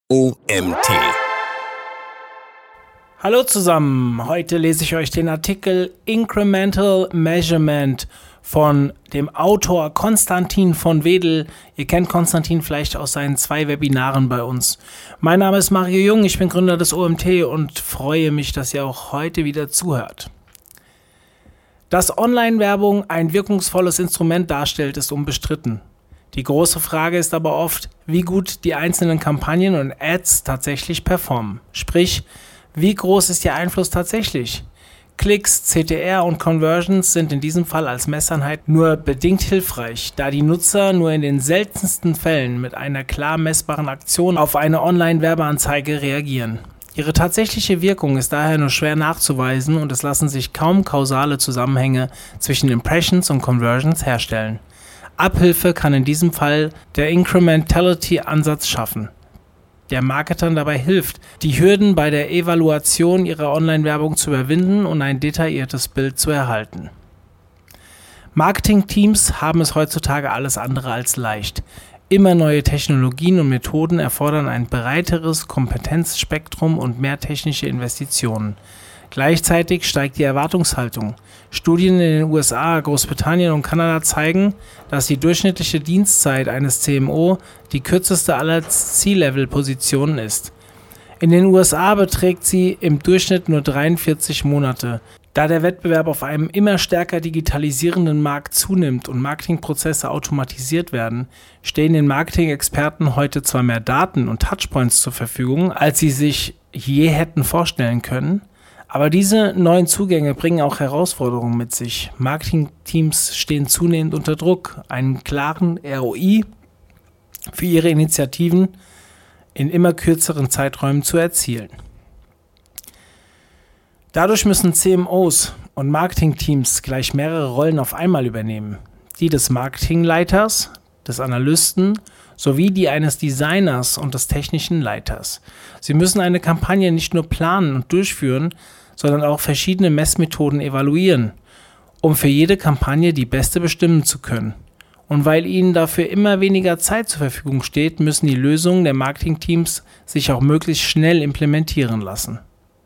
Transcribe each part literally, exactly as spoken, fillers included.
O M T. Hallo zusammen, heute lese ich euch den Artikel Incremental Measurement von dem Autor Konstantin von Wedel. Ihr kennt Konstantin vielleicht aus seinen zwei Webinaren bei uns. Mein Name ist Mario Jung, ich bin Gründer des O M T und freue mich, dass ihr auch heute wieder zuhört. Dass Online-Werbung ein wirkungsvolles Instrument darstellt, ist unbestritten. Die große Frage ist aber oft, wie gut die einzelnen Kampagnen und Ads tatsächlich performen. Sprich, wie groß ist ihr Einfluss tatsächlich? Klicks, C T R und Conversions sind in diesem Fall als Messeinheit nur bedingt hilfreich, da die Nutzer nur in den seltensten Fällen mit einer klar messbaren Aktion auf eine Online-Werbeanzeige reagieren. Ihre tatsächliche Wirkung ist daher nur schwer nachzuweisen und es lassen sich kaum kausale Zusammenhänge zwischen Impressions und Conversions herstellen. Abhilfe kann in diesem Fall der Incrementality-Ansatz schaffen, der Marketern dabei hilft, die Hürden bei der Evaluation ihrer Online-Werbung zu überwinden und ein detailliertes Bild zu erhalten. Marketing-Teams haben es heutzutage alles andere als leicht. Immer neue Technologien und Methoden erfordern ein breiteres Kompetenzspektrum und mehr technische Investitionen. Gleichzeitig steigt die Erwartungshaltung. Studien in den U S A, Großbritannien und Kanada zeigen, dass die durchschnittliche Dienstzeit eines C M O die kürzeste aller C-Level-Positionen ist. In den U S A beträgt sie im Durchschnitt nur dreiundvierzig Monate. Da der Wettbewerb auf einem immer stärker digitalisierenden Markt zunimmt und Marketingprozesse automatisiert werden, stehen den Marketing-Experten heute zwar mehr Daten und Touchpoints zur Verfügung, als sie sich je hätten vorstellen können, aber diese neuen Zugänge bringen auch Herausforderungen mit sich. Marketingteams stehen zunehmend unter Druck, einen klaren R O I für ihre Initiativen in immer kürzeren Zeiträumen zu erzielen. Dadurch müssen C M Os und Marketingteams gleich mehrere Rollen auf einmal übernehmen. Die des Marketingleiters, des Analysten sowie die eines Designers und des technischen Leiters. Sie müssen eine Kampagne nicht nur planen und durchführen, sondern auch verschiedene Messmethoden evaluieren, um für jede Kampagne die beste bestimmen zu können. Und weil ihnen dafür immer weniger Zeit zur Verfügung steht, müssen die Lösungen der Marketingteams sich auch möglichst schnell implementieren lassen.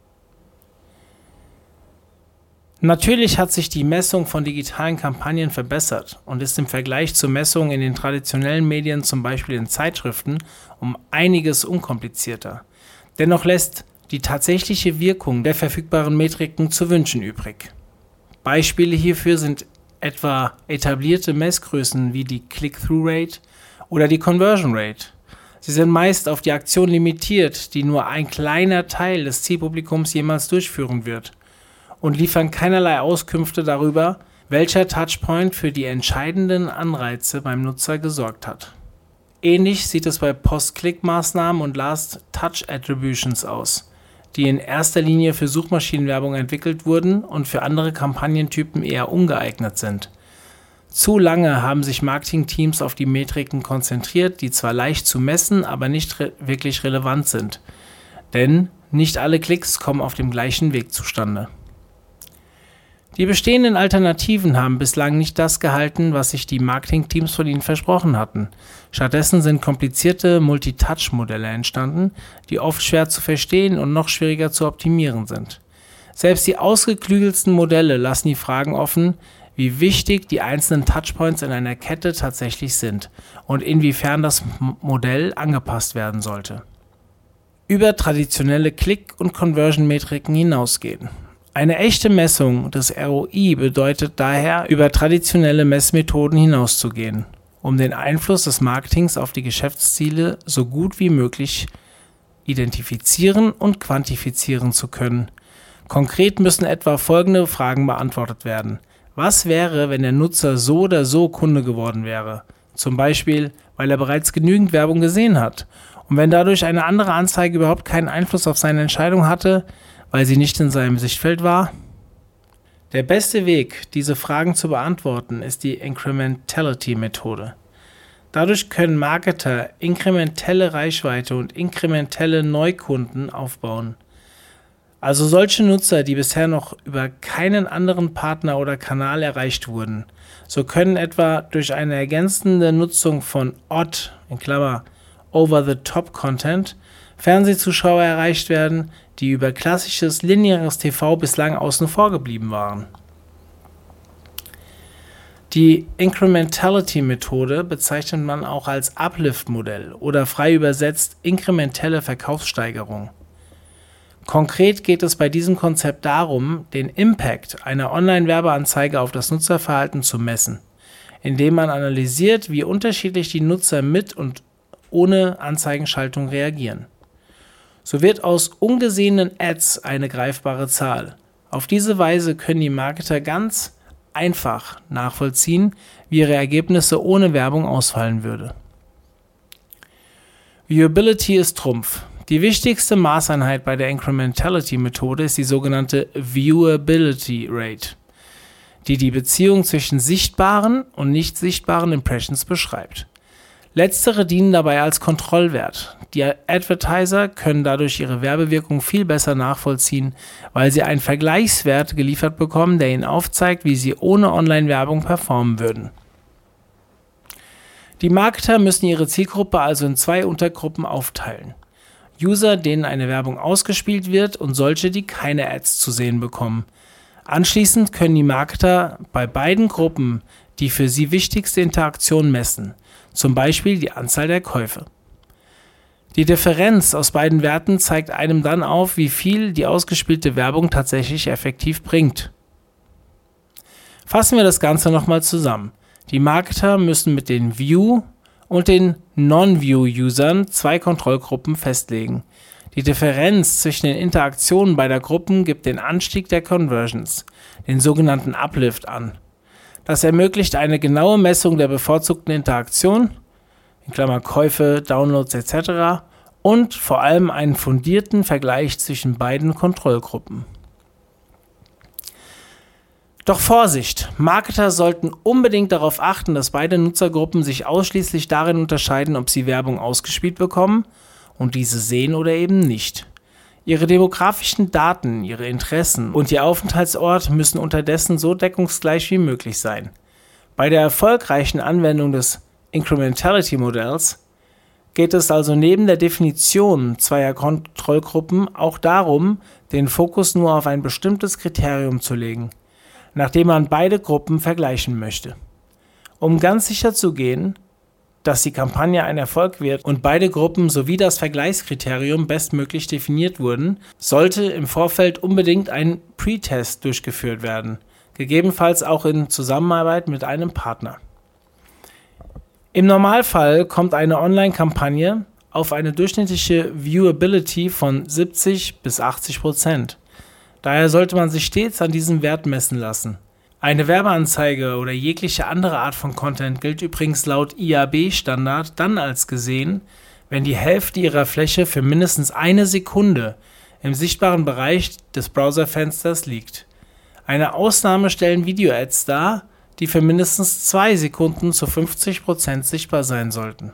Natürlich hat sich die Messung von digitalen Kampagnen verbessert und ist im Vergleich zur Messung in den traditionellen Medien, zum Beispiel in Zeitschriften, um einiges unkomplizierter. Dennoch lässt die tatsächliche Wirkung der verfügbaren Metriken zu wünschen übrig. Beispiele hierfür sind etwa etablierte Messgrößen wie die Click-Through-Rate oder die Conversion Rate. Sie sind meist auf die Aktion limitiert, die nur ein kleiner Teil des Zielpublikums jemals durchführen wird, und liefern keinerlei Auskünfte darüber, welcher Touchpoint für die entscheidenden Anreize beim Nutzer gesorgt hat. Ähnlich sieht es bei Post-Click-Maßnahmen und Last-Touch-Attributions aus, die in erster Linie für Suchmaschinenwerbung entwickelt wurden und für andere Kampagnentypen eher ungeeignet sind. Zu lange haben sich Marketingteams auf die Metriken konzentriert, die zwar leicht zu messen, aber nicht re- wirklich relevant sind. Denn nicht alle Klicks kommen auf dem gleichen Weg zustande. Die bestehenden Alternativen haben bislang nicht das gehalten, was sich die Marketingteams von ihnen versprochen hatten. Stattdessen sind komplizierte Multi-Touch-Modelle entstanden, die oft schwer zu verstehen und noch schwieriger zu optimieren sind. Selbst die ausgeklügelsten Modelle lassen die Fragen offen, wie wichtig die einzelnen Touchpoints in einer Kette tatsächlich sind und inwiefern das M- Modell angepasst werden sollte. Über traditionelle Klick- und Conversion-Metriken hinausgehen. Eine echte Messung des R O I bedeutet daher, über traditionelle Messmethoden hinauszugehen, um den Einfluss des Marketings auf die Geschäftsziele so gut wie möglich identifizieren und quantifizieren zu können. Konkret müssen etwa folgende Fragen beantwortet werden. Was wäre, wenn der Nutzer so oder so Kunde geworden wäre? Zum Beispiel, weil er bereits genügend Werbung gesehen hat. Und wenn dadurch eine andere Anzeige überhaupt keinen Einfluss auf seine Entscheidung hatte, weil sie nicht in seinem Sichtfeld war? Der beste Weg, diese Fragen zu beantworten, ist die Incrementality-Methode. Dadurch können Marketer inkrementelle Reichweite und inkrementelle Neukunden aufbauen. Also solche Nutzer, die bisher noch über keinen anderen Partner oder Kanal erreicht wurden. So können etwa durch eine ergänzende Nutzung von O T, in Klammer Over-the-Top-Content Fernsehzuschauer erreicht werden, die über klassisches lineares T V bislang außen vor geblieben waren. Die Incrementality-Methode bezeichnet man auch als Uplift-Modell oder frei übersetzt inkrementelle Verkaufssteigerung. Konkret geht es bei diesem Konzept darum, den Impact einer Online-Werbeanzeige auf das Nutzerverhalten zu messen, indem man analysiert, wie unterschiedlich die Nutzer mit und ohne Anzeigenschaltung reagieren. So wird aus ungesehenen Ads eine greifbare Zahl. Auf diese Weise können die Marketer ganz einfach nachvollziehen, wie ihre Ergebnisse ohne Werbung ausfallen würde. Viewability ist Trumpf. Die wichtigste Maßeinheit bei der Incrementality-Methode ist die sogenannte Viewability Rate, die die Beziehung zwischen sichtbaren und nicht sichtbaren Impressions beschreibt. Letztere dienen dabei als Kontrollwert. Die Advertiser können dadurch ihre Werbewirkung viel besser nachvollziehen, weil sie einen Vergleichswert geliefert bekommen, der ihnen aufzeigt, wie sie ohne Online-Werbung performen würden. Die Marketer müssen ihre Zielgruppe also in zwei Untergruppen aufteilen. User, denen eine Werbung ausgespielt wird, und solche, die keine Ads zu sehen bekommen. Anschließend können die Marketer bei beiden Gruppen die für sie wichtigste Interaktion messen, zum Beispiel die Anzahl der Käufe. Die Differenz aus beiden Werten zeigt einem dann auf, wie viel die ausgespielte Werbung tatsächlich effektiv bringt. Fassen wir das Ganze nochmal zusammen. Die Marketer müssen mit den View- und den Non-View-Usern zwei Kontrollgruppen festlegen. Die Differenz zwischen den Interaktionen beider Gruppen gibt den Anstieg der Conversions, den sogenannten Uplift, an. Das ermöglicht eine genaue Messung der bevorzugten Interaktion, in Klammern Käufe, Downloads et cetera, und vor allem einen fundierten Vergleich zwischen beiden Kontrollgruppen. Doch Vorsicht! Marketer sollten unbedingt darauf achten, dass beide Nutzergruppen sich ausschließlich darin unterscheiden, ob sie Werbung ausgespielt bekommen und diese sehen oder eben nicht. Ihre demografischen Daten, ihre Interessen und ihr Aufenthaltsort müssen unterdessen so deckungsgleich wie möglich sein. Bei der erfolgreichen Anwendung des Incrementality-Modells geht es also neben der Definition zweier Kontrollgruppen auch darum, den Fokus nur auf ein bestimmtes Kriterium zu legen, nachdem man beide Gruppen vergleichen möchte. Um ganz sicher zu gehen, dass die Kampagne ein Erfolg wird und beide Gruppen sowie das Vergleichskriterium bestmöglich definiert wurden, sollte im Vorfeld unbedingt ein Pre-Test durchgeführt werden, gegebenenfalls auch in Zusammenarbeit mit einem Partner. Im Normalfall kommt eine Online-Kampagne auf eine durchschnittliche Viewability von siebzig bis achtzig Prozent. Daher sollte man sich stets an diesem Wert messen lassen. Eine Werbeanzeige oder jegliche andere Art von Content gilt übrigens laut I A B-Standard dann als gesehen, wenn die Hälfte ihrer Fläche für mindestens eine Sekunde im sichtbaren Bereich des Browserfensters liegt. Eine Ausnahme stellen Video-Ads dar, die für mindestens zwei Sekunden zu fünfzig Prozent sichtbar sein sollten.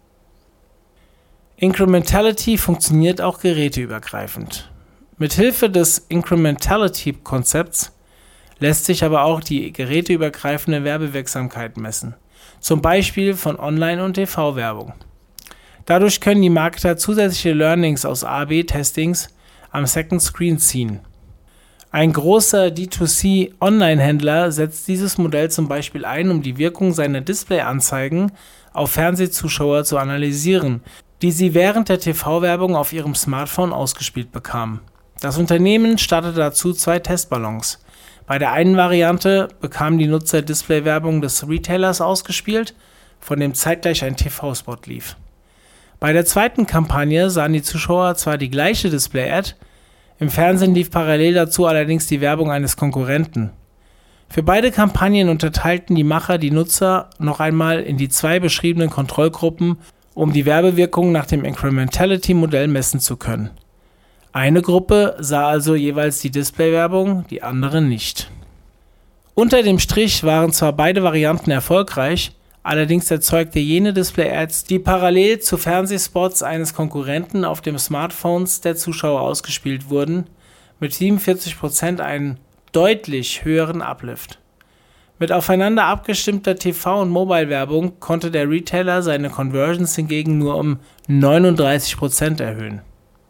Incrementality funktioniert auch geräteübergreifend. Mithilfe des Incrementality-Konzepts lässt sich aber auch die geräteübergreifende Werbewirksamkeit messen, zum Beispiel von Online- und T V-Werbung. Dadurch können die Marketer zusätzliche Learnings aus A B Testings am Second Screen ziehen. Ein großer D zwei C Online-Händler setzt dieses Modell zum Beispiel ein, um die Wirkung seiner Displayanzeigen auf Fernsehzuschauer zu analysieren, die sie während der T V-Werbung auf ihrem Smartphone ausgespielt bekamen. Das Unternehmen startete dazu zwei Testballons. Bei der einen Variante bekamen die Nutzer Display-Werbung des Retailers ausgespielt, von dem zeitgleich ein T V-Spot lief. Bei der zweiten Kampagne sahen die Zuschauer zwar die gleiche Display-Ad, im Fernsehen lief parallel dazu allerdings die Werbung eines Konkurrenten. Für beide Kampagnen unterteilten die Macher die Nutzer noch einmal in die zwei beschriebenen Kontrollgruppen, um die Werbewirkung nach dem Incrementality-Modell messen zu können. Eine Gruppe sah also jeweils die Display-Werbung, die andere nicht. Unter dem Strich waren zwar beide Varianten erfolgreich, allerdings erzeugte jene Display-Ads, die parallel zu Fernsehspots eines Konkurrenten auf den Smartphones der Zuschauer ausgespielt wurden, mit siebenundvierzig Prozent einen deutlich höheren Uplift. Mit aufeinander abgestimmter T V- und Mobile-Werbung konnte der Retailer seine Conversions hingegen nur um neununddreißig Prozent erhöhen.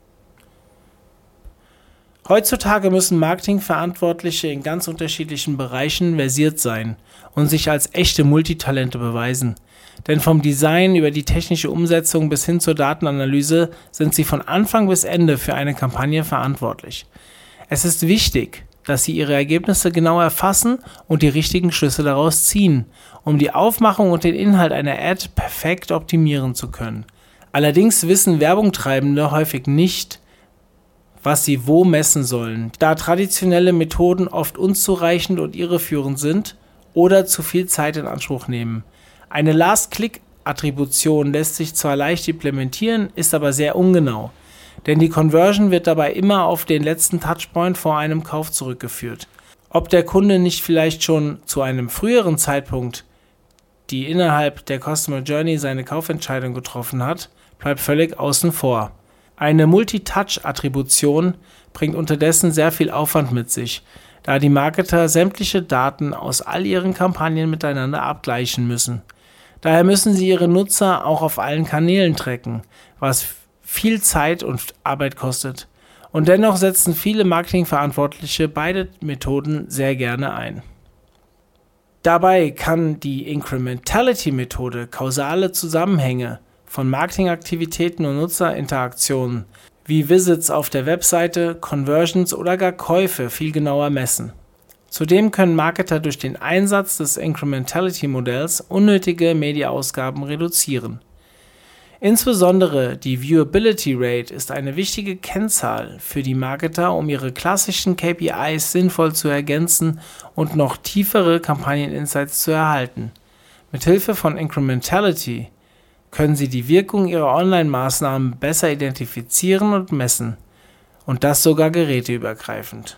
Heutzutage müssen Marketingverantwortliche in ganz unterschiedlichen Bereichen versiert sein und sich als echte Multitalente beweisen. Denn vom Design über die technische Umsetzung bis hin zur Datenanalyse sind sie von Anfang bis Ende für eine Kampagne verantwortlich. Es ist wichtig, dass sie ihre Ergebnisse genau erfassen und die richtigen Schlüsse daraus ziehen, um die Aufmachung und den Inhalt einer Ad perfekt optimieren zu können. Allerdings wissen Werbungtreibende häufig nicht, was sie wo messen sollen, da traditionelle Methoden oft unzureichend und irreführend sind oder zu viel Zeit in Anspruch nehmen. Eine Last-Click-Attribution lässt sich zwar leicht implementieren, ist aber sehr ungenau, denn die Conversion wird dabei immer auf den letzten Touchpoint vor einem Kauf zurückgeführt. Ob der Kunde nicht vielleicht schon zu einem früheren Zeitpunkt die innerhalb der Customer Journey seine Kaufentscheidung getroffen hat, bleibt völlig außen vor. Eine Multi-Touch-Attribution bringt unterdessen sehr viel Aufwand mit sich, da die Marketer sämtliche Daten aus all ihren Kampagnen miteinander abgleichen müssen. Daher müssen sie ihre Nutzer auch auf allen Kanälen tracken, was viel Zeit und Arbeit kostet. Und dennoch setzen viele Marketingverantwortliche beide Methoden sehr gerne ein. Dabei kann die Incrementality-Methode kausale Zusammenhänge von Marketingaktivitäten und Nutzerinteraktionen wie Visits auf der Webseite, Conversions oder gar Käufe viel genauer messen. Zudem können Marketer durch den Einsatz des Incrementality-Modells unnötige Mediaausgaben reduzieren. Insbesondere die Viewability Rate ist eine wichtige Kennzahl für die Marketer, um ihre klassischen K P Is sinnvoll zu ergänzen und noch tiefere Kampagnen-Insights zu erhalten. Mithilfe von Incrementality können Sie die Wirkung Ihrer Online-Maßnahmen besser identifizieren und messen. Und das sogar geräteübergreifend.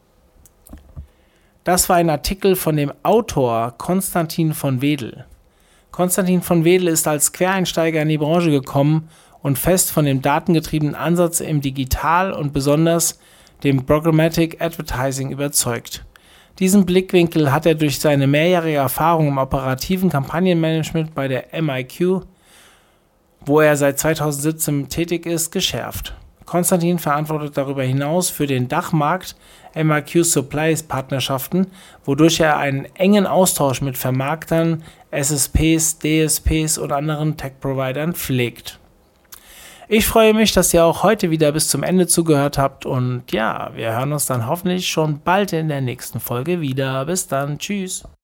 Das war ein Artikel von dem Autor Konstantin von Wedel. Konstantin von Wedel ist als Quereinsteiger in die Branche gekommen und fest von dem datengetriebenen Ansatz im Digital- und besonders dem Programmatic Advertising überzeugt. Diesen Blickwinkel hat er durch seine mehrjährige Erfahrung im operativen Kampagnenmanagement bei der M I Q, wo er seit zweitausendsiebzehn tätig ist, geschärft. Konstantin verantwortet darüber hinaus für den Dachmarkt M I Q Supplies Partnerschaften, wodurch er einen engen Austausch mit Vermarktern, S S Ps, D S Ps und anderen Tech-Providern pflegt. Ich freue mich, dass ihr auch heute wieder bis zum Ende zugehört habt und ja, wir hören uns dann hoffentlich schon bald in der nächsten Folge wieder. Bis dann, tschüss.